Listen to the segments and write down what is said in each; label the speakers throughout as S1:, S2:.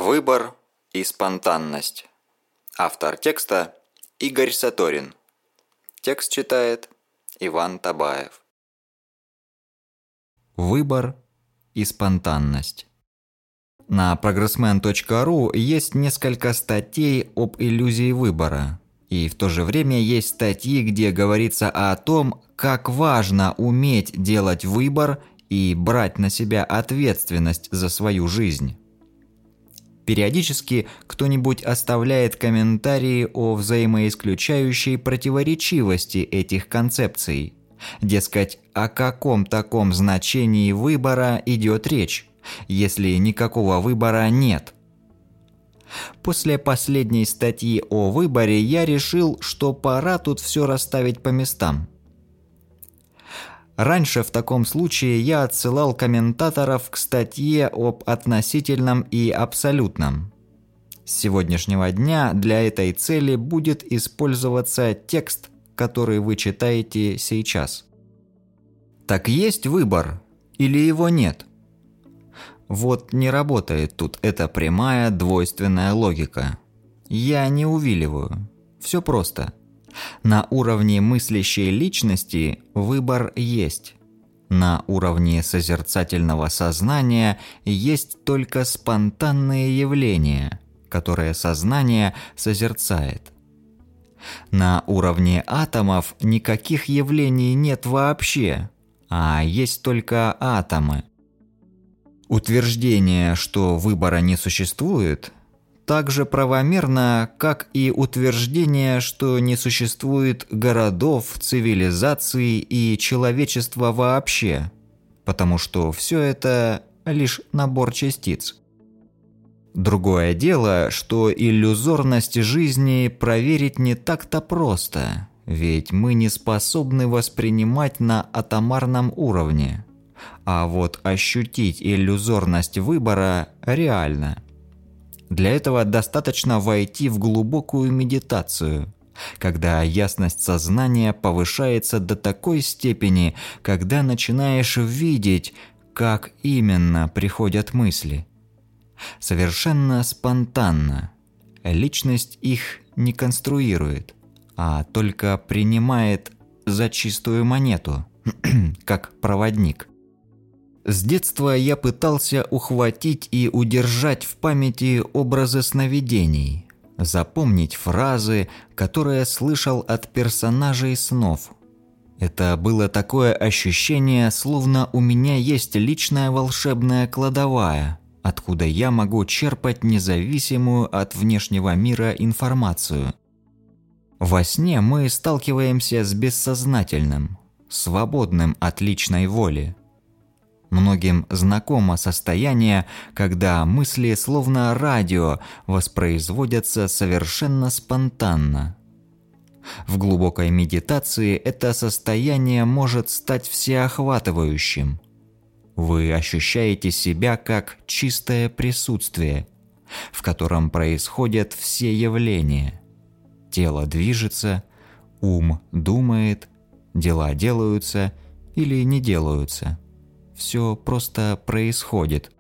S1: Выбор и спонтанность. Автор текста Игорь Саторин. Текст читает Иван Табаев. Выбор и спонтанность. На progressman.ru есть несколько статей об иллюзии выбора. И в то же время есть статьи, где говорится о том, как важно уметь делать выбор и брать на себя ответственность за свою жизнь. Периодически кто-нибудь оставляет комментарии о взаимоисключающей противоречивости этих концепций. Дескать, о каком таком значении выбора идет речь, если никакого выбора нет? После последней статьи о выборе я решил, что пора тут все расставить по местам. Раньше в таком случае я отсылал комментаторов к статье об относительном и абсолютном. С сегодняшнего дня для этой цели будет использоваться текст, который вы читаете сейчас. Так есть выбор или его нет? Вот не работает тут эта прямая двойственная логика. Я не увиливаю. Все просто. На уровне мыслящей личности выбор есть. На уровне созерцательного сознания есть только спонтанные явления, которые сознание созерцает. На уровне атомов никаких явлений нет вообще, а есть только атомы. Утверждение, что выбора не существует, так же правомерно, как и утверждение, что не существует городов, цивилизаций и человечества вообще, потому что все это лишь набор частиц. Другое дело, что иллюзорность жизни проверить не так-то просто, ведь мы не способны воспринимать на атомарном уровне, а вот ощутить иллюзорность выбора реально. Для этого достаточно войти в глубокую медитацию, когда ясность сознания повышается до такой степени, когда начинаешь видеть, как именно приходят мысли. Совершенно спонтанно. Личность их не конструирует, а только принимает за чистую монету, как проводник. С детства я пытался ухватить и удержать в памяти образы сновидений, запомнить фразы, которые слышал от персонажей снов. Это было такое ощущение, словно у меня есть личная волшебная кладовая, откуда я могу черпать независимую от внешнего мира информацию. Во сне мы сталкиваемся с бессознательным, свободным от личной воли. Многим знакомо состояние, когда мысли словно радио воспроизводятся совершенно спонтанно. В глубокой медитации это состояние может стать всеохватывающим. Вы ощущаете себя как чистое присутствие, в котором происходят все явления. Тело движется, ум думает, дела делаются или не делаются. Все просто происходит.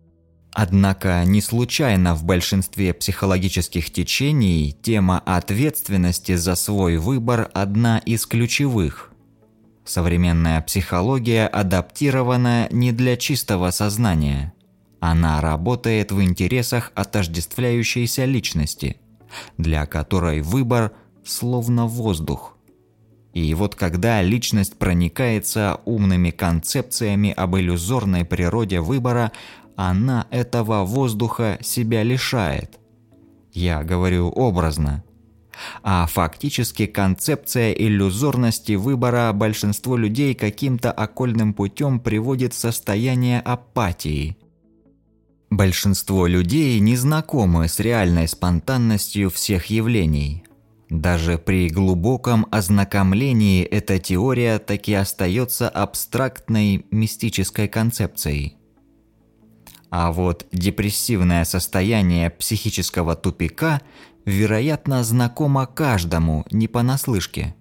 S1: Однако не случайно в большинстве психологических течений тема ответственности за свой выбор одна из ключевых. Современная психология адаптирована не для чистого сознания. Она работает в интересах отождествляющейся личности, для которой выбор словно воздух. И вот когда личность проникается умными концепциями об иллюзорной природе выбора, она этого воздуха себя лишает. Я говорю образно. А фактически концепция иллюзорности выбора большинство людей каким-то окольным путем приводит в состояние апатии. Большинство людей не знакомы с реальной спонтанностью всех явлений. Даже при глубоком ознакомлении эта теория таки остается абстрактной мистической концепцией. А вот депрессивное состояние психического тупика, вероятно, знакомо каждому не понаслышке.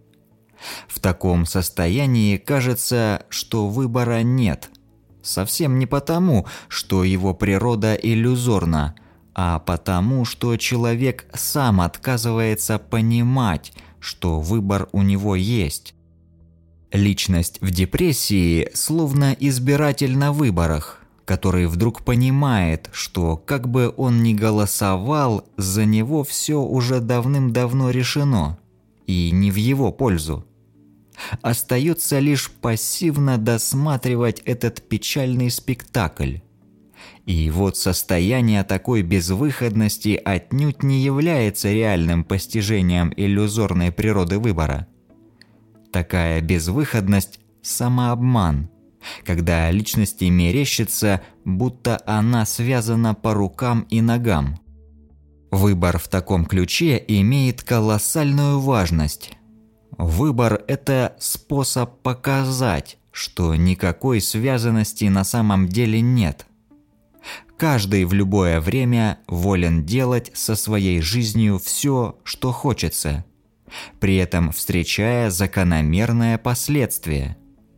S1: В таком состоянии кажется, что выбора нет. Совсем не потому, что его природа иллюзорна, а потому, что человек сам отказывается понимать, что выбор у него есть. Личность в депрессии словно избиратель на выборах, который вдруг понимает, что как бы он ни голосовал, за него все уже давным-давно решено, и не в его пользу. Остается лишь пассивно досматривать этот печальный спектакль. И вот состояние такой безвыходности отнюдь не является реальным постижением иллюзорной природы выбора. Такая безвыходность – самообман, когда личности мерещится, будто она связана по рукам и ногам. Выбор в таком ключе имеет колоссальную важность. Выбор – это способ показать, что никакой связанности на самом деле нет. Каждый в любое время волен делать со своей жизнью все, что хочется, при этом встречая закономерное последствие.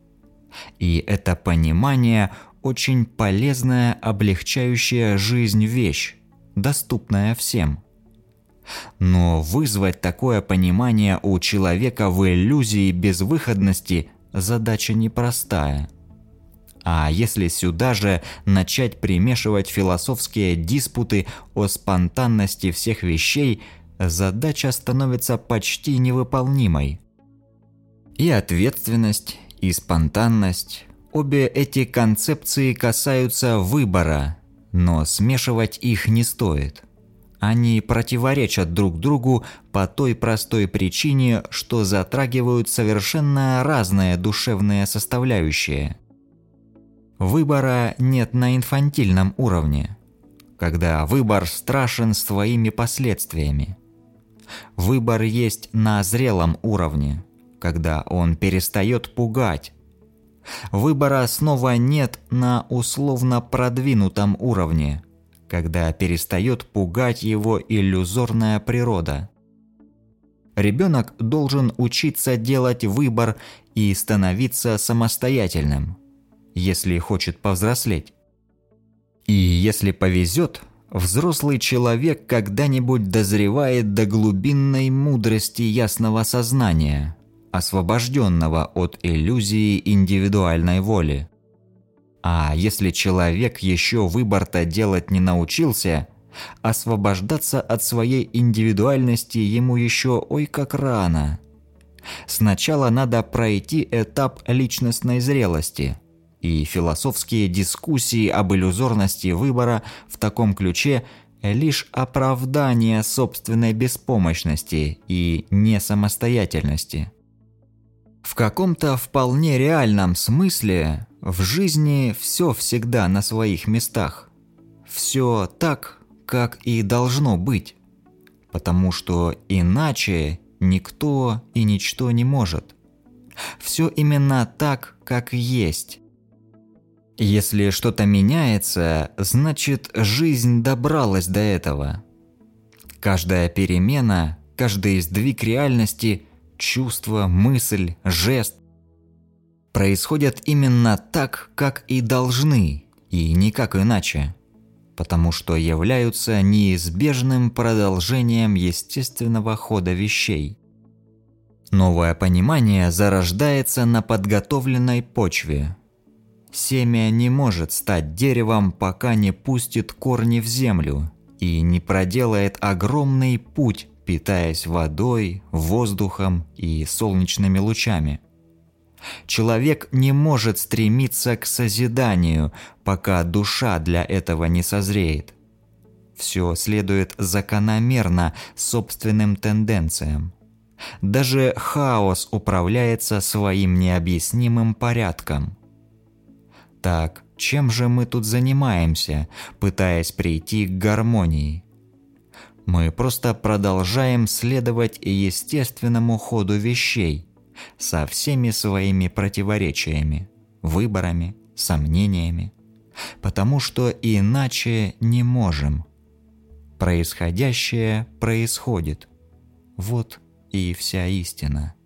S1: И это понимание – очень полезная, облегчающая жизнь вещь, доступная всем. Но вызвать такое понимание у человека в иллюзии безвыходности – задача непростая. А если сюда же начать примешивать философские диспуты о спонтанности всех вещей, задача становится почти невыполнимой. И ответственность, и спонтанность – обе эти концепции касаются выбора, но смешивать их не стоит. Они противоречат друг другу по той простой причине, что затрагивают совершенно разные душевные составляющие. Выбора нет на инфантильном уровне, когда выбор страшен своими последствиями. Выбор есть на зрелом уровне, когда он перестает пугать. Выбора снова нет на условно продвинутом уровне, когда перестает пугать его иллюзорная природа. Ребенок должен учиться делать выбор и становиться самостоятельным, если хочет повзрослеть. И если повезет, взрослый человек когда-нибудь дозревает до глубинной мудрости ясного сознания, освобожденного от иллюзии индивидуальной воли. А если человек еще выбор-то делать не научился, освобождаться от своей индивидуальности ему еще ой как рано. Сначала надо пройти этап личностной зрелости, и философские дискуссии об иллюзорности выбора в таком ключе лишь оправдание собственной беспомощности и несамостоятельности. В каком-то вполне реальном смысле в жизни все всегда на своих местах. Все так, как и должно быть, потому что иначе никто и ничто не может. Все именно так, как есть. Если что-то меняется, значит, жизнь добралась до этого. Каждая перемена, каждый сдвиг реальности, чувство, мысль, жест происходят именно так, как и должны, и никак иначе, потому что являются неизбежным продолжением естественного хода вещей. Новое понимание зарождается на подготовленной почве. Семя не может стать деревом, пока не пустит корни в землю и не проделает огромный путь, питаясь водой, воздухом и солнечными лучами. Человек не может стремиться к созиданию, пока душа для этого не созреет. Все следует закономерно собственным тенденциям. Даже хаос управляется своим необъяснимым порядком. Так, чем же мы тут занимаемся, пытаясь прийти к гармонии? Мы просто продолжаем следовать естественному ходу вещей со всеми своими противоречиями, выборами, сомнениями, потому что иначе не можем. Происходящее происходит. Вот и вся истина.